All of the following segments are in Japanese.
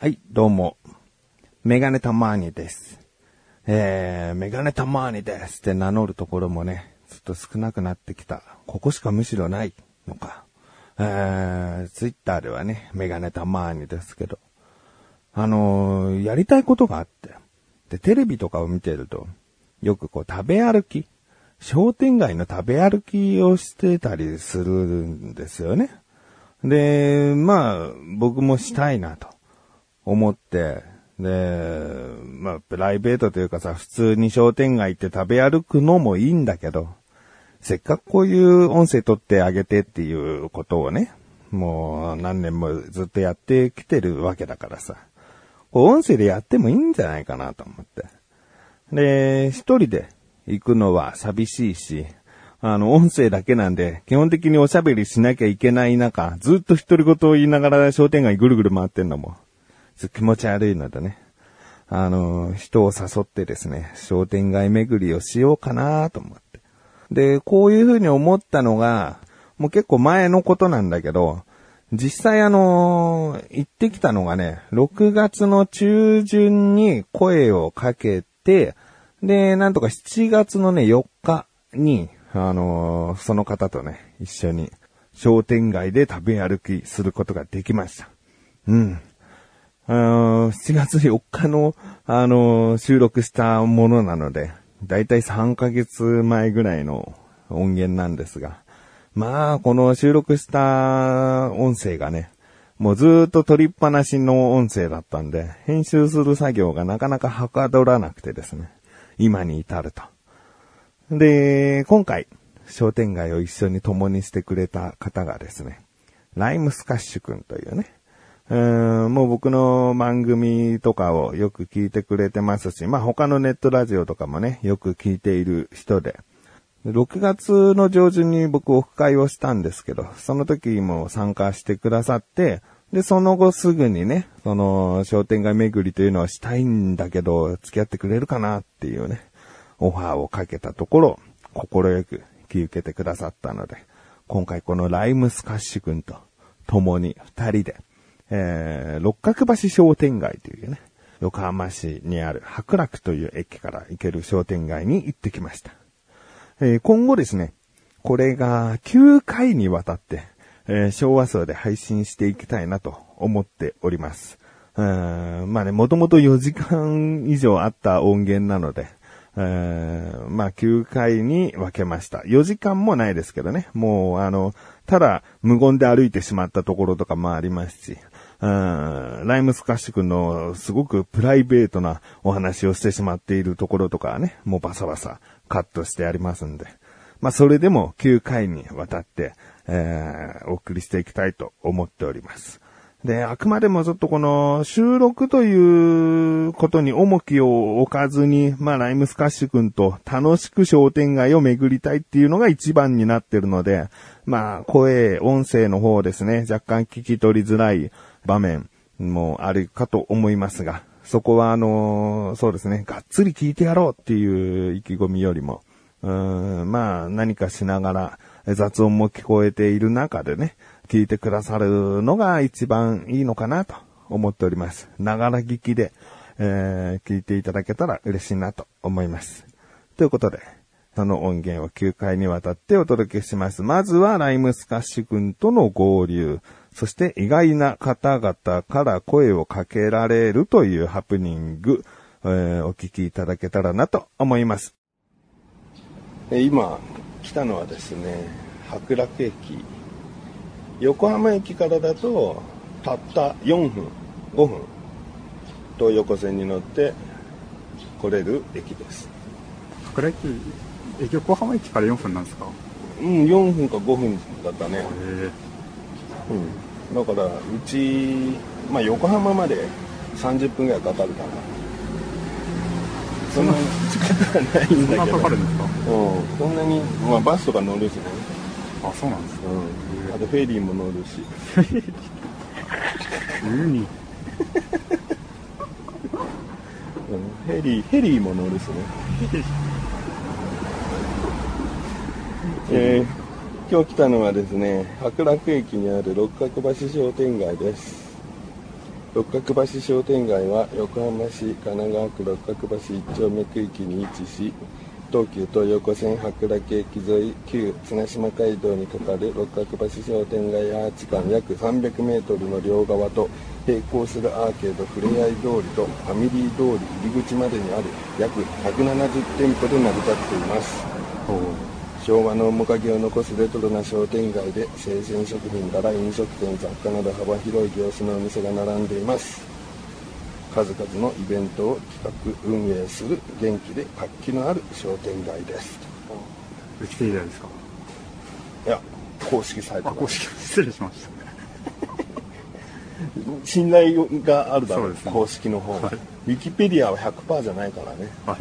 はい、どうも。メガネたまーにです。メガネたまーにですって名乗るところもね、ちょっと少なくなってきた。ここしかむしろないのか。ツイッターではね、メガネたまーにですけど。やりたいことがあって。で、テレビとかを見てると、よくこう食べ歩き、商店街の食べ歩きをしてたりするんですよね。で、まあ、僕もしたいなと思って、で、まあ、プライベートというかさ、普通に商店街行って食べ歩くのもいいんだけど、せっかくこういう音声撮ってあげてっていうことをね、もう何年もずっとやってきてるわけだからさ、こう音声でやってもいいんじゃないかなと思って。で、一人で行くのは寂しいし、音声だけなんで、基本的におしゃべりしなきゃいけない中、ずっと独り言を言いながら商店街ぐるぐる回ってんのも、気持ち悪いのでね。人を誘ってですね、商店街巡りをしようかなと思って。で、こういう風に思ったのが、もう結構前のことなんだけど、実際行ってきたのがね、6月の中旬に声をかけて、で、なんとか7月のね、4日に、その方とね、一緒に商店街で食べ歩きすることができました。うん。7月4日の、収録したものなので、だいたい3ヶ月前ぐらいの音源なんですが、まあ、この収録した音声がね、もうずーっと撮りっぱなしの音声だったんで、編集する作業がなかなかはかどらなくてですね、今に至ると。で、今回、商店街を一緒に共にしてくれた方がですね、ライムスカッシュくんというね、もう僕の番組とかをよく聞いてくれてますし、まあ他のネットラジオとかもね、よく聞いている人で、6月の上旬に僕オフ会をしたんですけど、その時も参加してくださって、で、その後すぐにね、その商店街巡りというのはしたいんだけど、付き合ってくれるかなっていうね、オファーをかけたところ、心よく引き受けてくださったので、今回このライムスカッシュ君と共に二人で、六角橋商店街というね、横浜市にある白楽という駅から行ける商店街に行ってきました。今後ですね、これが9回にわたって、昭和層で配信していきたいなと思っております。まあね、もともと4時間以上あった音源なので、まあ9回に分けました。4時間もないですけどね。もうただ無言で歩いてしまったところとかもありますし、ライムスカッシュ君のすごくプライベートなお話をしてしまっているところとかはね、もうバサバサカットしてありますんで。まあそれでも9回にわたって、お送りしていきたいと思っております。で、あくまでもちょっとこの収録ということに重きを置かずに、まあライムスカッシュ君と楽しく商店街を巡りたいっていうのが一番になってるので、まあ音声の方ですね、若干聞き取りづらい場面もあるかと思いますが、そこはそうですね、がっつり聞いてやろうっていう意気込みよりも、まあ何かしながら雑音も聞こえている中でね、聞いてくださるのが一番いいのかなと思っております。ながら聞きで、聞いていただけたら嬉しいなと思います。ということで、その音源を9回にわたってお届けします。まずはライムスカッシュ君との合流、そして意外な方々から声をかけられるというハプニング、お聞きいただけたらなと思います。今来たのはですね、白楽駅。横浜駅からだとたった4分、5分東横線に乗って来れる駅です。 白楽駅、横浜駅から4分なんですか？ うん、4分か5分だったね。だからうち、まあ横浜まで30分ぐらいかかるかな。そんなに時間がないんだけど。そんなかかるんですか？そんなに、まあバスとか乗るしね。 あ、そうなんですか。 あとフェリーも乗るし。 海ヘリーも乗るしね。今日来たのはですね、白楽駅にある六角橋商店街です。 六角橋商店街は横浜市神奈川区六角橋1丁目区域に位置し、東急東横線白楽駅沿い旧綱島街道にかかる六角橋商店街アーチ間約300メートルの両側と並行するアーケードふれあい通りとファミリー通り入り口までにある約170店舗で成り立っています。昭和の面影を残すレトロな商店街で生鮮食品から飲食店雑貨など幅広い業種のお店が並んでいます。数々のイベントを企画運営する元気で活気のある商店街です。 ウィキペディアですか？ いや、公式サイト。 公式、失礼しました。 信頼があるだろう、 そうですね、 公式の方、 はい、 ウィキペディアは 100% じゃないからね。 はい。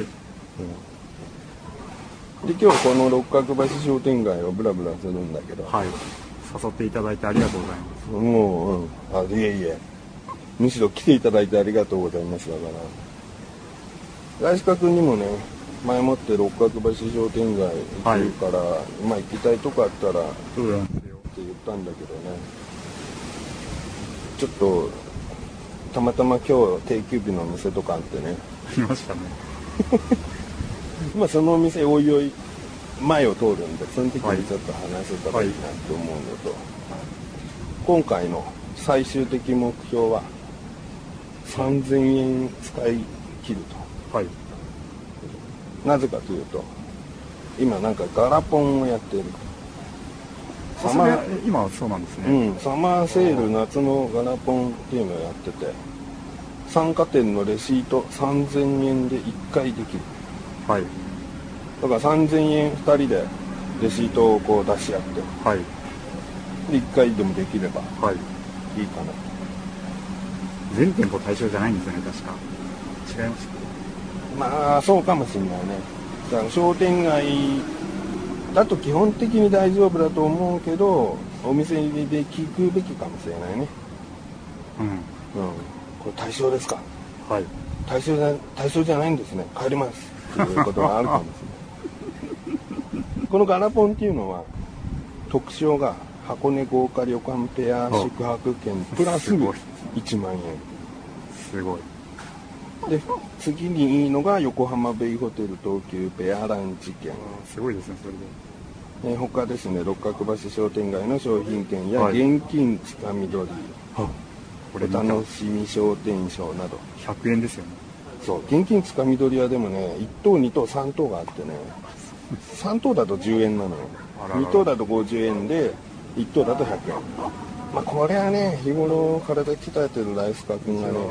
で今日この六角橋商店街をブラブラするんだけど、 はい、誘っていただいてありがとうございます。 もう、いえいえ、むしろ来ていただいてありがとうございます。だから来鹿君にもね、前もって六角橋商店街行くから、はい、まあ行きたいとこあったらそうなんですよって言ったんだけどね、ちょっとたまたま今日定休日のお店とかあってね、 ありましたね。 まあそのお店おいおい前を通るんで、その時にちょっと話せたらいいなと思うのと、はい、今回の最終的目標は3000円使い切ると、はい、なぜかというと今なんかガラポンをやってる。 今そうなんですね、 サマーセール夏のガラポンっていうのをやってて、参加店のレシート3000円で1回できる。はい。だから3000円2人でレシートをこう出し合って、はい。で1回でもできればいいかな。 全店舗対象じゃないんですよね、確か。違いますか？ まあそうかもしれないね。だから商店街だと基本的に大丈夫だと思うけど、お店で聞くべきかもしれないね。これ対象ですか？はい。対象じゃないんですね。帰ります。ということがあるかもしれない。このガラポンっていうのは特賞が箱根豪華旅館ペア宿泊券プラス1万円。 すごい。 で次にいいのが横浜ベイホテル東急ペアランチ券。 すごいですね、それで。 他ですね、六角橋商店街の商品券や現金つかみ取り、お楽しみ商店賞など。 100円ですよね。 そう、現金つかみ取りはでもね、1等2等3等があってね、3等だと10円なのよ。2等だと50円で1等だと100円。まあこれはね、日頃体鍛えてるライスカ君がね、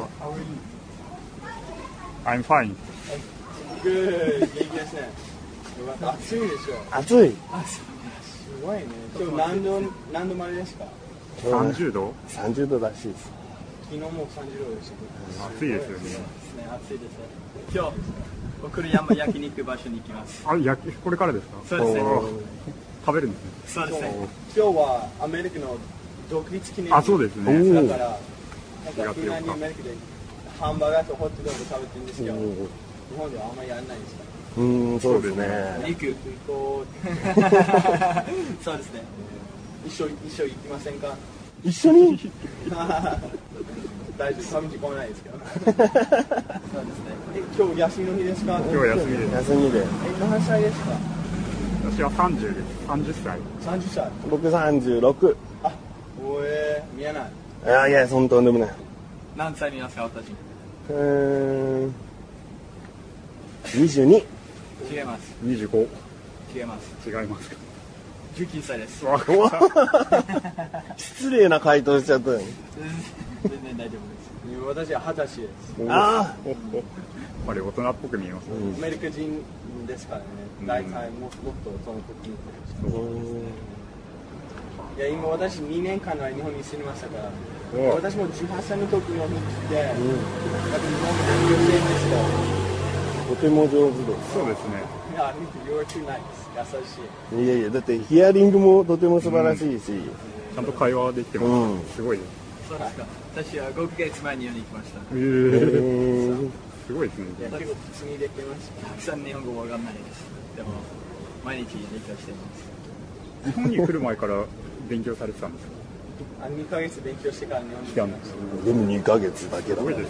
I'm fine. Good. 元気ですね。暑いでしょ。 暑い。 すごいね。今日何度までですか ？30度 ？30度らしいです。 昨日も30度でした。 暑いですよね。 暑いです。今日僕の焼肉場所に行きます。 これからですか？ そうですね。 食べるんですね。 そうですね。今日はアメリカの独立記念日。 そうですね。 だから普段にアメリカでハンバーガーとホットドッグ食べてるんですけど、日本ではあんまりやらないですから。 そうですね。 肉こうそうですね。一緒行きませんか？ 一緒に大丈夫、寂しくないですか？そうですね。今日休みの日ですか？ 今日は休みです。 休みで。 何歳ですか？ 私は30です。30歳。 30歳。 僕36。 見えない。 いや、そんとんでもない。 何歳になりますか、私 ？22。 違います。 25。 違います。 違いますか ？19歳です。 失礼な回答しちゃったよ。 全然大丈夫です。私は20歳です。 やっぱり大人っぽく見えますね。 アメリカ人ですからね。大体もっとその時にいや、今私2年間は日本に住みましたから、私も18歳の時に日本に来て、日本に勉強してるんですよ。 とても上手です。 そうですね。 いや、You're too nice。優しい。 いや、だってヒアリングもとても素晴らしいし、 ちゃんと会話できてます。すごいです。 そうですか。私は5ヶ月前に日本に来ました。 すごいですね。 いや、結構普通にできてます。たくさん日本語わかんないです。でも毎日勉強しています。 日本に来る前から勉強されてたんですか？ 2ヶ月勉強してから日本に来ました。 でも2ヶ月だけだからね。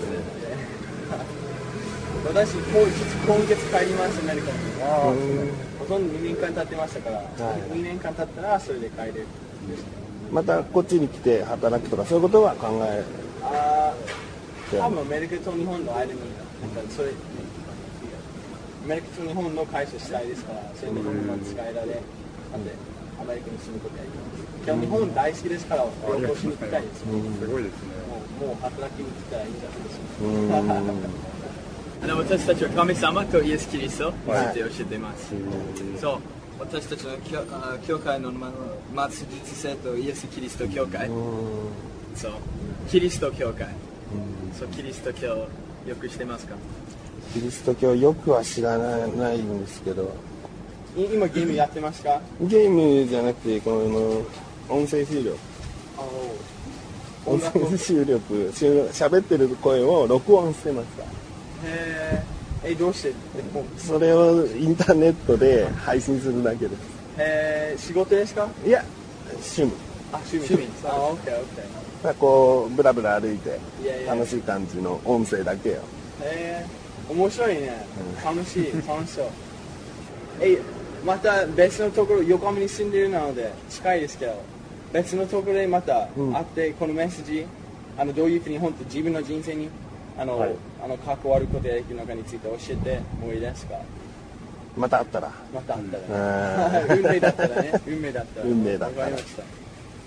私、今月帰ります、アメリカに。ほとんど2年間経ってましたから、2年間経ったらそれで帰れる。 またこっちに来て働くとかそういうことは考え多分アメリカと日本の間にそれアメリカと日本の会社したいですから、それ日本の使いられなんでアメリカに住むことやります。今日日本大好きですから旅行しに行きたいです。 すごいですね。 もう働きに来たらいいんじゃないですか。私たちは神様とイエス・キリストについて教えています。そう、私たちの教会の末日性とイエス・キリスト教会。そう、キリスト教会。そう、キリスト教よくしてますか？ キリスト教よくは知らないんですけど。 今ゲームやってますか？ ゲームじゃなくてこの音声収録。音声収録、喋ってる声を録音してました。 どうしてそれをインターネットで配信するだけです。仕事ですか？ いや、趣味。 趣味。オッケー。 こうブラブラ歩いて楽しい感じの音声だけよ。 面白いね。楽しそう。また別のところ、横浜に住んでいるので近いですけど、別のところでまた会って、このメッセージどういうふうに本当自分の人生に関わることやできるのかについて教えてもいいですか？また会ったら運命だったらね。運命だったら。わかりました。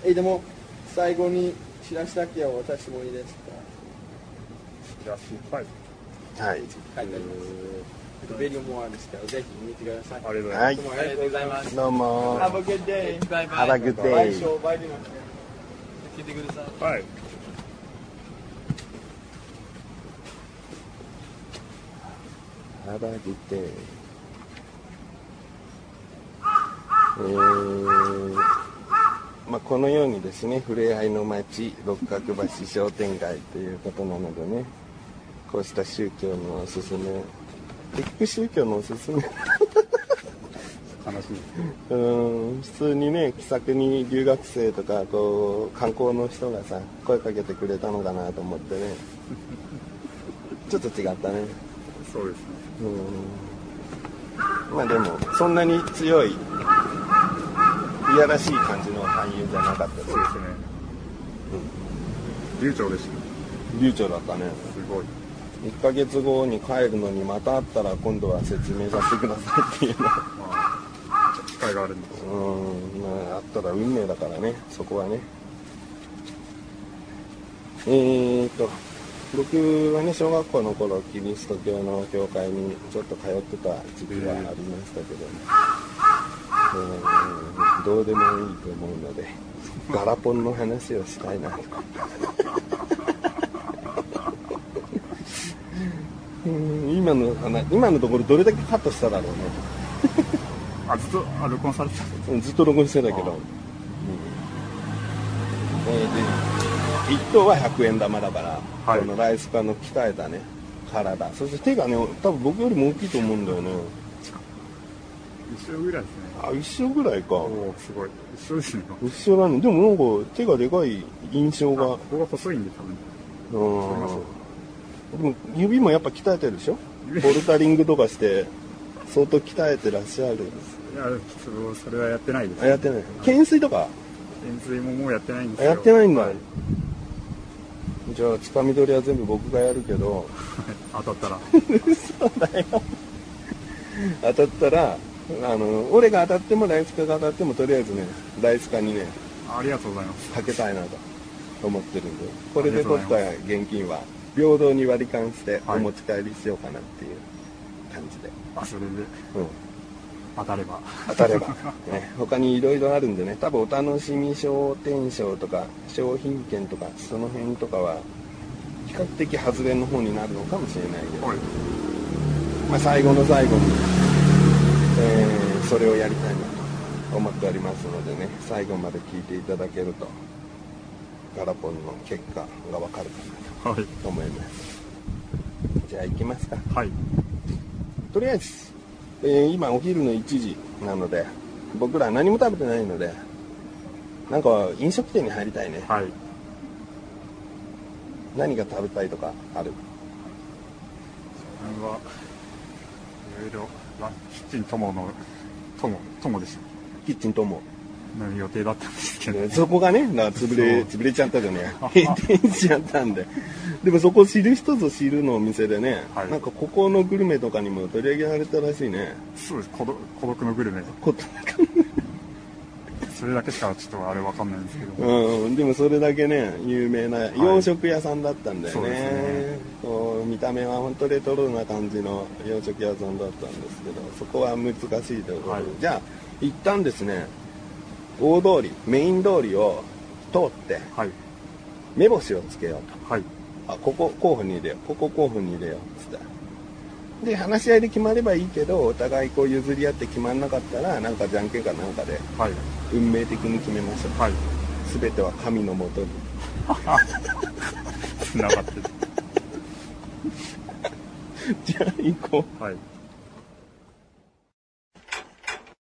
でも最後に知らせだけは私もいいですか？ チラシ、はい。 はい。 書いてあります。ビデオもあるんですけど、ぜひ見てください。 ありがとうございます。 どうもありがとうございます。 どうも。 Have a good day. Bye bye. Have a good day. バイで聞いてください。 はい。 Have a good day. このようにですね、ふれあいの街六角橋商店街ということなのでね、こうした宗教のおすすめ、結局宗教のおすすめ悲しい。 普通にね、気さくに留学生とかこう観光の人がさ声かけてくれたのかなと思ってねちょっと違ったね。 そうですね。 でもそんなに強いいやらしい感じの俳優じゃなかったです。 そうですね。流暢でした。 流暢だったね。 すごい。 1ヶ月後に帰るのにまた会ったら今度は説明させてくださいっていうの機会があるんです。 あったら運命だからね、そこはね。僕はね、小学校の頃キリスト教の教会にちょっと通ってた時期はありましたけど、どうでもいいと思うのでガラポンの話をしたいなと今のところどれだけカットしただろうねずっと録音されてた。 ずっと録音してたけど、1等は100円玉だから、はい、このライスカの鍛えたね体、そして手がね多分僕よりも大きいと思うんだよね。 一緒ぐらいですね。 一緒ぐらいか。 すごい一緒ですね。 一緒なの。でもなんか手がでかい印象が。 僕が細いんで多分。 でも指もやっぱ鍛えてるでしょ。ボルダリングとかして相当鍛えてらっしゃる。 いやそれはやってないです。 やってない。懸垂とか。 懸垂ももうやってないんですよ。 やってないんだ。はい、じゃあつかみ取りは全部僕がやるけど当たったらそうだよ当たったら俺が当たってもライスカが当たってもとりあえずねライスカにねありがとうございますかけたいなと思ってるんで、これで取った現金は平等に割り勘してお持ち帰りしようかなっていう感じで、 それで、当たれば、ね、他にいろいろあるんでね、多分お楽しみ商店賞とか商品券とかその辺とかは比較的外れの方になるのかもしれないけど、最後の最後に、それをやりたいなと思っておりますのでね、最後まで聞いていただけるとガラポンの結果がわかるかなと思います、じゃあ行きますか。とりあえず今お昼の1時なので僕ら何も食べてないのでなんか飲食店に入りたいね。 はい。 何が食べたいとかある？ 自分はいろいろキッチン友です。 キッチンとも。 の予定だったんですけど。 そこがね、潰れちゃったじゃねえ。閉店しちゃったんで。でもそこ知る人ぞ知るのお店でね、 はい、 なんかここのグルメとかにも取り上げられたらしいね。 そうです。孤独のグルメ。それだけしかちょっとあれわかんないんですけど。 うん、でもそれだけね、有名な洋食屋さんだったんだよね。はい、そうですね。こう見た目は本当レトロな感じの洋食屋さんだったんですけど、そこは難しいということで、はい、じゃあ一旦ですね、大通り、メイン通りを通って、はい、目星をつけようと。はい、あ、ここ候補に入れよう、ここ候補に入れようつって。で、話し合いで決まればいいけど、お互いこう譲り合って決まんなかったら、なんかじゃんけんかなんかで、はい、運命的に決めましょう。はい、全ては神のもとに。 つながってる。 じゃあ行こう。 はい。